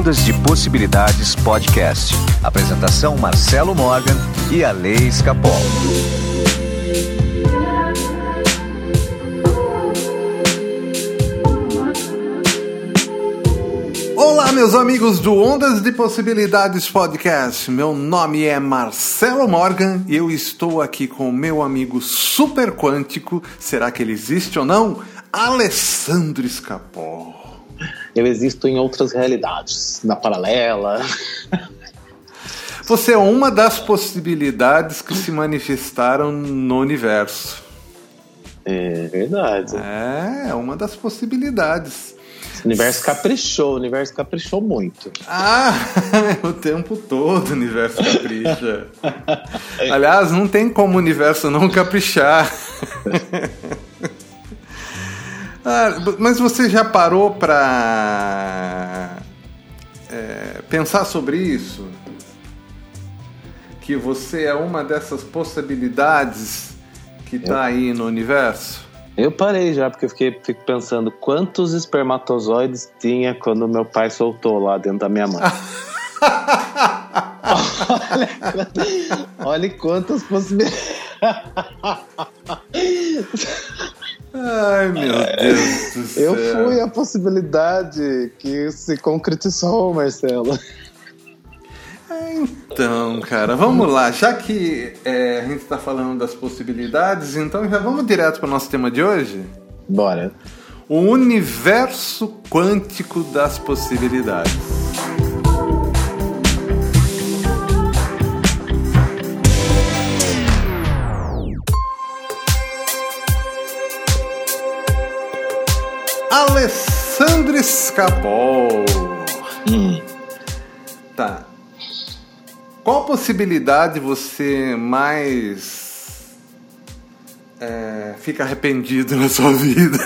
Ondas de Possibilidades Podcast. Apresentação Marcelo Morgan e Ale Escapol. Olá, meus amigos do Ondas de Possibilidades Podcast. Meu nome é Marcelo Morgan e eu estou aqui com o meu amigo super quântico, será que ele existe ou não? Alessandro Escapol. Eu existo em outras realidades, na paralela. Você é uma das possibilidades que se manifestaram no universo. É verdade. É uma das possibilidades. O universo caprichou muito. O tempo todo o universo capricha. Aliás, não tem como o universo não caprichar. Mas você já parou para pensar sobre isso? Que você é uma dessas possibilidades que está aí no universo? Eu parei já, porque eu fico pensando quantos espermatozoides tinha quando meu pai soltou lá dentro da minha mãe. olha quantas possibilidades. Ai, meu Deus do céu. Eu fui a possibilidade que se concretizou, Marcelo. Então, cara, vamos lá. Já que a gente está falando das possibilidades, então já vamos direto para o nosso tema de hoje? Bora. O universo quântico das possibilidades. Alessandro Escapol. Tá. Qual possibilidade você mais fica arrependido na sua vida?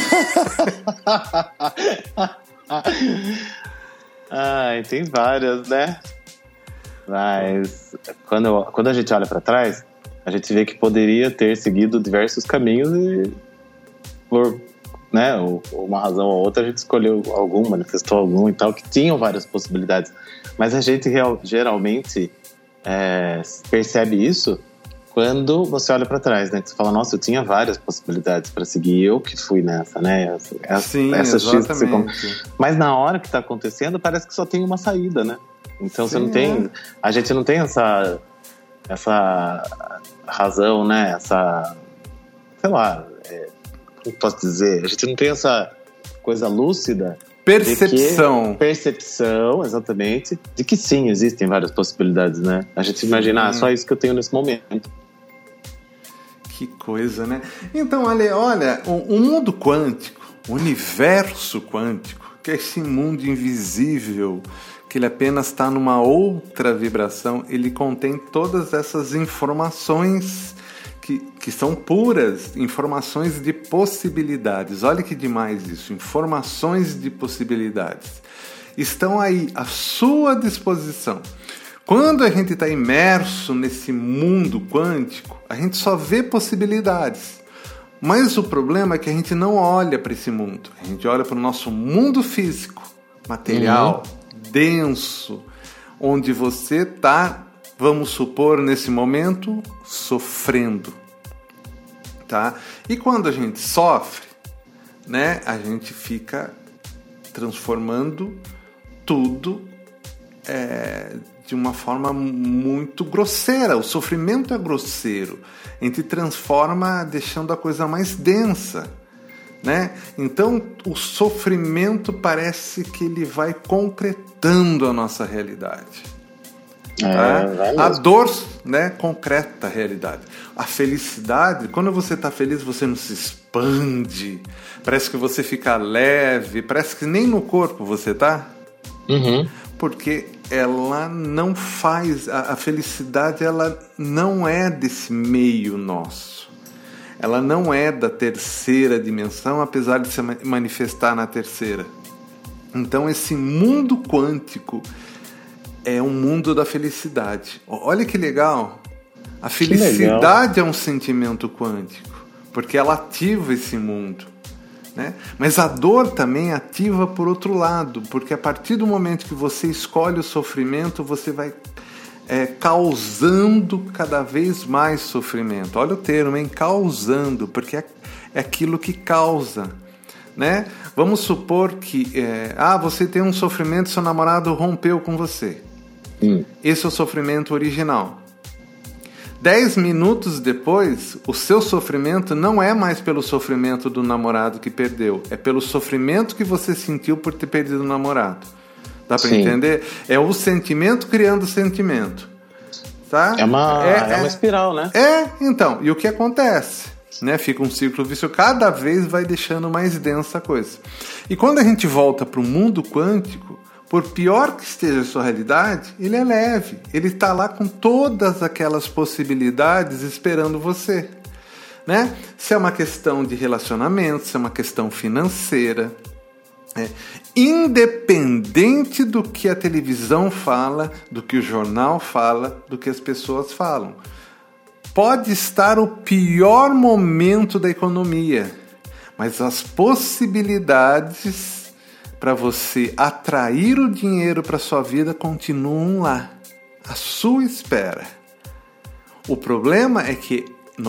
Tem várias, né? Mas quando a gente olha para trás, a gente vê que poderia ter seguido diversos caminhos e por uma razão ou outra a gente escolheu algum, manifestou algum e tal, que tinham várias possibilidades. Mas a gente geralmente percebe isso quando você olha para trás, né? Que você fala, nossa, eu tinha várias possibilidades para seguir, eu que fui nessa, né? Sim, essa exatamente. Mas na hora que tá acontecendo, parece que só tem uma saída, né? Então você não tem... A gente não tem essa razão, né? Essa... Sei lá... como posso dizer? A gente não tem essa coisa lúcida... Percepção, exatamente, de que sim, existem várias possibilidades, né? A gente imagina, só isso que eu tenho nesse momento. Que coisa, né? Então, olha, o mundo quântico, o universo quântico, que é esse mundo invisível, que ele apenas está numa outra vibração, ele contém todas essas informações que são puras, informações de possibilidades. Olha que demais isso, informações de possibilidades. Estão aí à sua disposição. Quando a gente está imerso nesse mundo quântico, a gente só vê possibilidades. Mas o problema é que a gente não olha para esse mundo. A gente olha para o nosso mundo físico, material, denso, onde você está, vamos supor, nesse momento, sofrendo. Tá? E quando a gente sofre, né, a gente fica transformando tudo de uma forma muito grosseira. O sofrimento é grosseiro. A gente transforma deixando a coisa mais densa, né? Então o sofrimento parece que ele vai concretando a nossa realidade. A dor, né, concreta a realidade. A felicidade, quando você está feliz, você não se expande. Parece que você fica leve. Parece que nem no corpo você está. Porque ela não faz... A felicidade, ela não é desse meio nosso. Ela não é da terceira dimensão, apesar de se manifestar na terceira. Então, esse mundo quântico é um mundo da felicidade. Olha que legal. A felicidade é um sentimento quântico, porque ela ativa esse mundo. né? Mas a dor também ativa por outro lado, porque a partir do momento que você escolhe o sofrimento, você vai causando cada vez mais sofrimento. Olha o termo, hein? Causando, porque é aquilo que causa, né? Vamos supor que você tem um sofrimento, seu namorado rompeu com você. Esse é o sofrimento original. 10 minutos depois, o seu sofrimento não é mais pelo sofrimento do namorado que perdeu, é pelo sofrimento que você sentiu por ter perdido o namorado. Dá para entender? É o sentimento criando o sentimento. Tá? É uma espiral, né? Então. E o que acontece? Né? Fica um círculo vicioso. Cada vez vai deixando mais densa a coisa. E quando a gente volta para o mundo quântico, por pior que esteja a sua realidade, ele é leve. Ele está lá com todas aquelas possibilidades esperando você. Né? Se é uma questão de relacionamento, se é uma questão financeira, independente do que a televisão fala, do que o jornal fala, do que as pessoas falam. Pode estar o pior momento da economia, mas as possibilidades para você atrair o dinheiro para sua vida continuam lá, à sua espera. O problema é que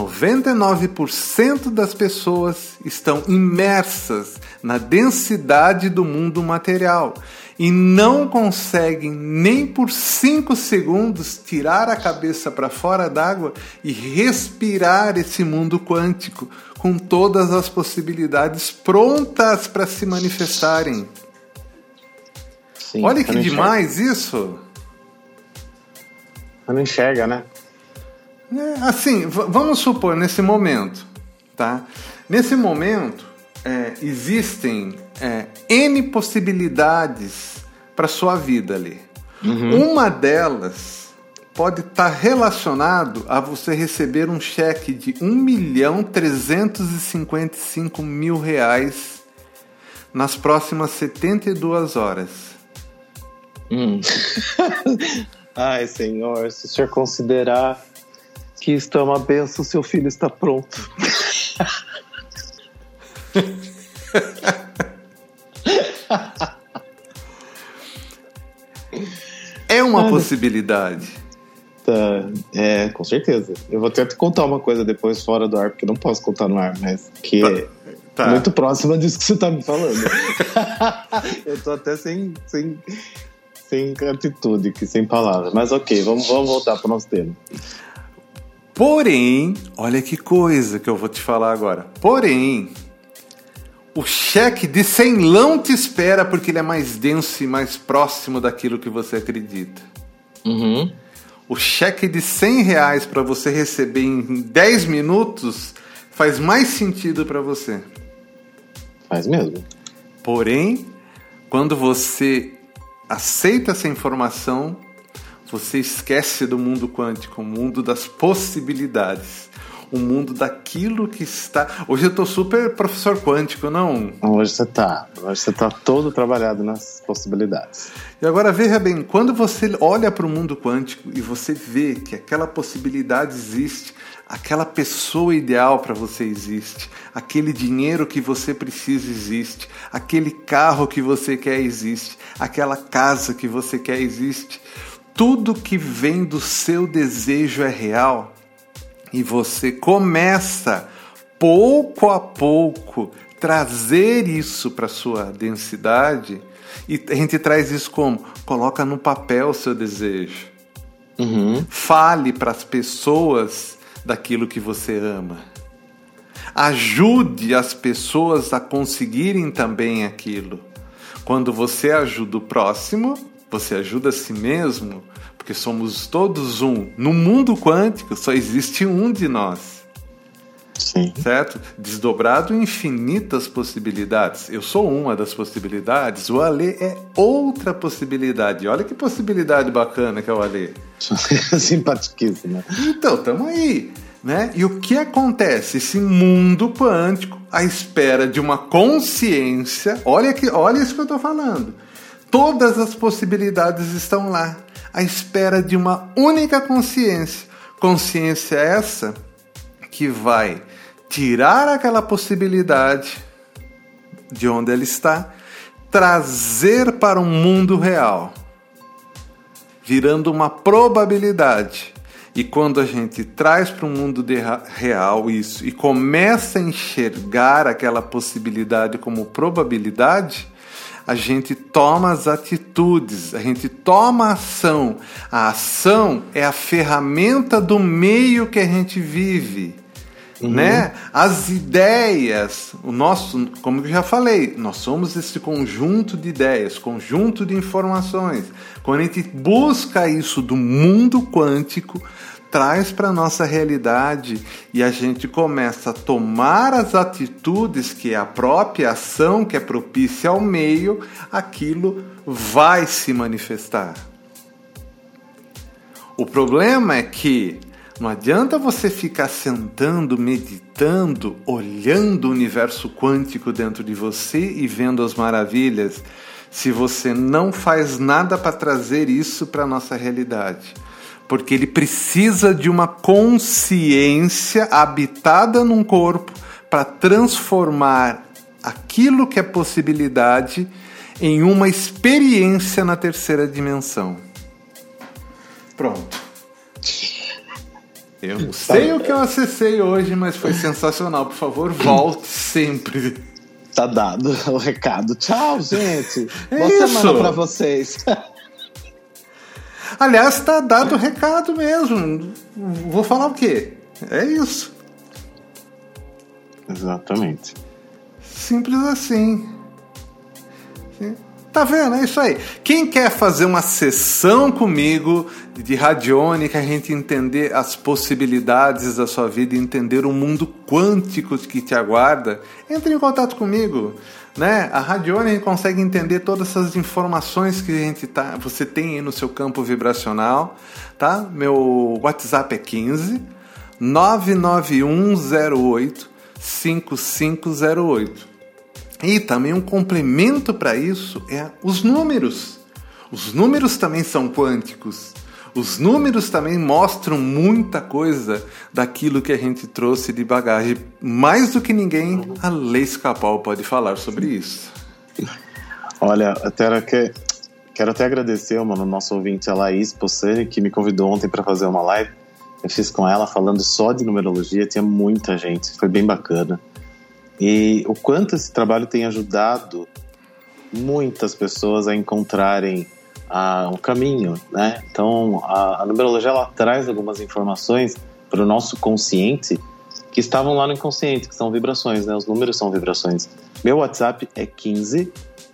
99% das pessoas estão imersas na densidade do mundo material e não conseguem nem por 5 segundos tirar a cabeça para fora d'água e respirar esse mundo quântico com todas as possibilidades prontas para se manifestarem. Sim, olha que demais isso! Não enxerga, né? Assim, vamos supor, nesse momento, tá? Nesse momento, existem N possibilidades para sua vida ali. Uma delas pode estar relacionado a você receber um cheque de R$1.355.000 nas próximas 72 horas. Ai, Senhor, se o senhor considerar que isto é uma benção, seu filho está pronto. É uma possibilidade. Tá, com certeza. Eu vou até te contar uma coisa depois fora do ar, porque não posso contar no ar, mas que é muito próxima disso que você está me falando. Eu tô até sem atitude, sem palavras. Mas ok, vamos voltar para o nosso tema. Porém, olha que coisa que eu vou te falar agora. Porém, o cheque de 100 te espera porque ele é mais denso e mais próximo daquilo que você acredita. O cheque de R$100 para você receber em 10 minutos faz mais sentido para você. Faz mesmo. Porém, quando você aceita essa informação, você esquece do mundo quântico, o mundo das possibilidades, o mundo daquilo que está... Hoje eu estou super professor quântico, não? Hoje você está todo trabalhado nas possibilidades. E agora veja bem, quando você olha para o mundo quântico e você vê que aquela possibilidade existe, aquela pessoa ideal para você existe, aquele dinheiro que você precisa existe, aquele carro que você quer existe, aquela casa que você quer existe, tudo que vem do seu desejo é real e você começa, pouco a pouco, trazer isso para a sua densidade e a gente traz isso como? Coloca no papel o seu desejo. Fale para as pessoas daquilo que você ama. Ajude as pessoas a conseguirem também aquilo. Quando você ajuda o próximo, você ajuda a si mesmo, porque somos todos um. No mundo quântico só existe um de nós. Sim. Certo? Desdobrado em infinitas possibilidades. Eu sou uma das possibilidades, o Alê é outra possibilidade. Olha que possibilidade bacana que é o Alê. Simpaticíssima. Então, estamos aí. Né? E o que acontece? Esse mundo quântico, à espera de uma consciência, olha isso que eu estou falando. Todas as possibilidades estão lá, à espera de uma única consciência. Consciência essa que vai tirar aquela possibilidade de onde ela está, trazer para um mundo real, virando uma probabilidade. E quando a gente traz para o mundo real isso e começa a enxergar aquela possibilidade como probabilidade, a gente toma as atitudes, a gente toma a ação. A ação é a ferramenta do meio que a gente vive. Né? As ideias, como eu já falei, nós somos esse conjunto de ideias, conjunto de informações. Quando a gente busca isso do mundo quântico, traz para a nossa realidade e a gente começa a tomar as atitudes, que é a própria ação que é propícia ao meio, aquilo vai se manifestar. O problema é que não adianta você ficar sentando, meditando, olhando o universo quântico dentro de você e vendo as maravilhas, se você não faz nada para trazer isso para a nossa realidade. Porque ele precisa de uma consciência habitada num corpo para transformar aquilo que é possibilidade em uma experiência na terceira dimensão. Pronto. Eu não sei o que eu acessei hoje, mas foi sensacional. Por favor, volte sempre. Tá dado o recado. Tchau, gente. Boa semana pra vocês. Aliás, tá dado o recado mesmo. Vou falar o quê? É isso. Exatamente. Simples assim. Tá vendo? É isso aí. Quem quer fazer uma sessão comigo de radiônica, a gente entender as possibilidades da sua vida, entender o mundo quântico que te aguarda, entre em contato comigo. Né? A radiônica, a gente consegue entender todas essas informações que você tem aí no seu campo vibracional. Tá? Meu WhatsApp é 15 99108 5508. E também um complemento para isso é os números. Os números também são quânticos. Os números também mostram muita coisa daquilo que a gente trouxe de bagagem. Mais do que ninguém, a Lei Escapol pode falar sobre isso. Olha, quero até agradecer ao nosso ouvinte, a Laís Possani, que me convidou ontem para fazer uma live. Eu fiz com ela falando só de numerologia, tinha muita gente, foi bem bacana. E o quanto esse trabalho tem ajudado muitas pessoas a encontrarem um caminho, né? Então, a numerologia, ela traz algumas informações para o nosso consciente que estavam lá no inconsciente, que são vibrações, né? Os números são vibrações. Meu WhatsApp é 15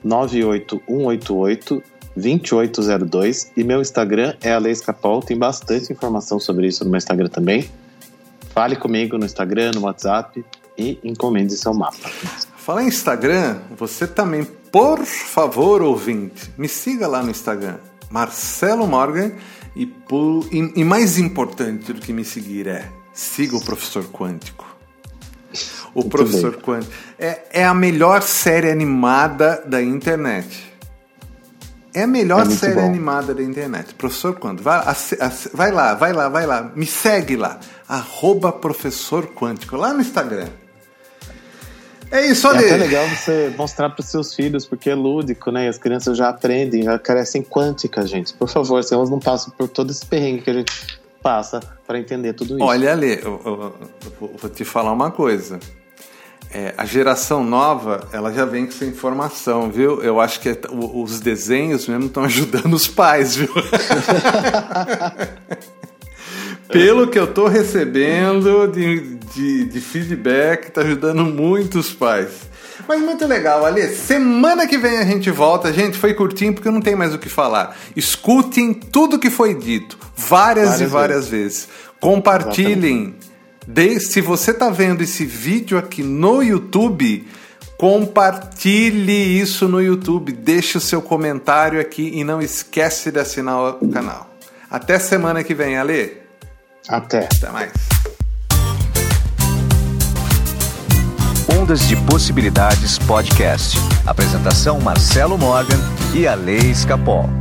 98188 2802 e meu Instagram é Lei Escapol. Tem bastante informação sobre isso no meu Instagram também. Fale comigo no Instagram, no WhatsApp e encomende seu mapa. Falar em Instagram, você também, por favor, ouvinte, me siga lá no Instagram, Marcelo Morgan, e mais importante do que me seguir siga o Professor Quântico. O Muito Professor bem. Quântico é a melhor série animada da internet. É a melhor série animada da internet. Professor Quântico. Vai lá. Me segue lá. @Professor Quântico. Lá no Instagram. É isso, olha. É até legal você mostrar para os seus filhos, porque é lúdico, né? E as crianças já aprendem, já crescem quânticas, gente. Por favor, senão elas não passam por todo esse perrengue que a gente passa para entender tudo isso. Olha, Ale, eu vou te falar uma coisa. A geração nova, ela já vem com essa informação, viu? Eu acho que os desenhos mesmo estão ajudando os pais, viu? Pelo que eu tô recebendo de feedback, tá ajudando muito os pais. Mas muito legal, Ale. Semana que vem a gente volta. Gente, foi curtinho porque não tem mais o que falar. Escutem tudo que foi dito. Várias vezes. Compartilhem. Se você tá vendo esse vídeo aqui no YouTube, compartilhe isso no YouTube. Deixe o seu comentário aqui e não esquece de assinar o canal. Até semana que vem, Ale. Até mais. Ondas de Possibilidades Podcast. Apresentação Marcelo Morgan e a Lei Escapol.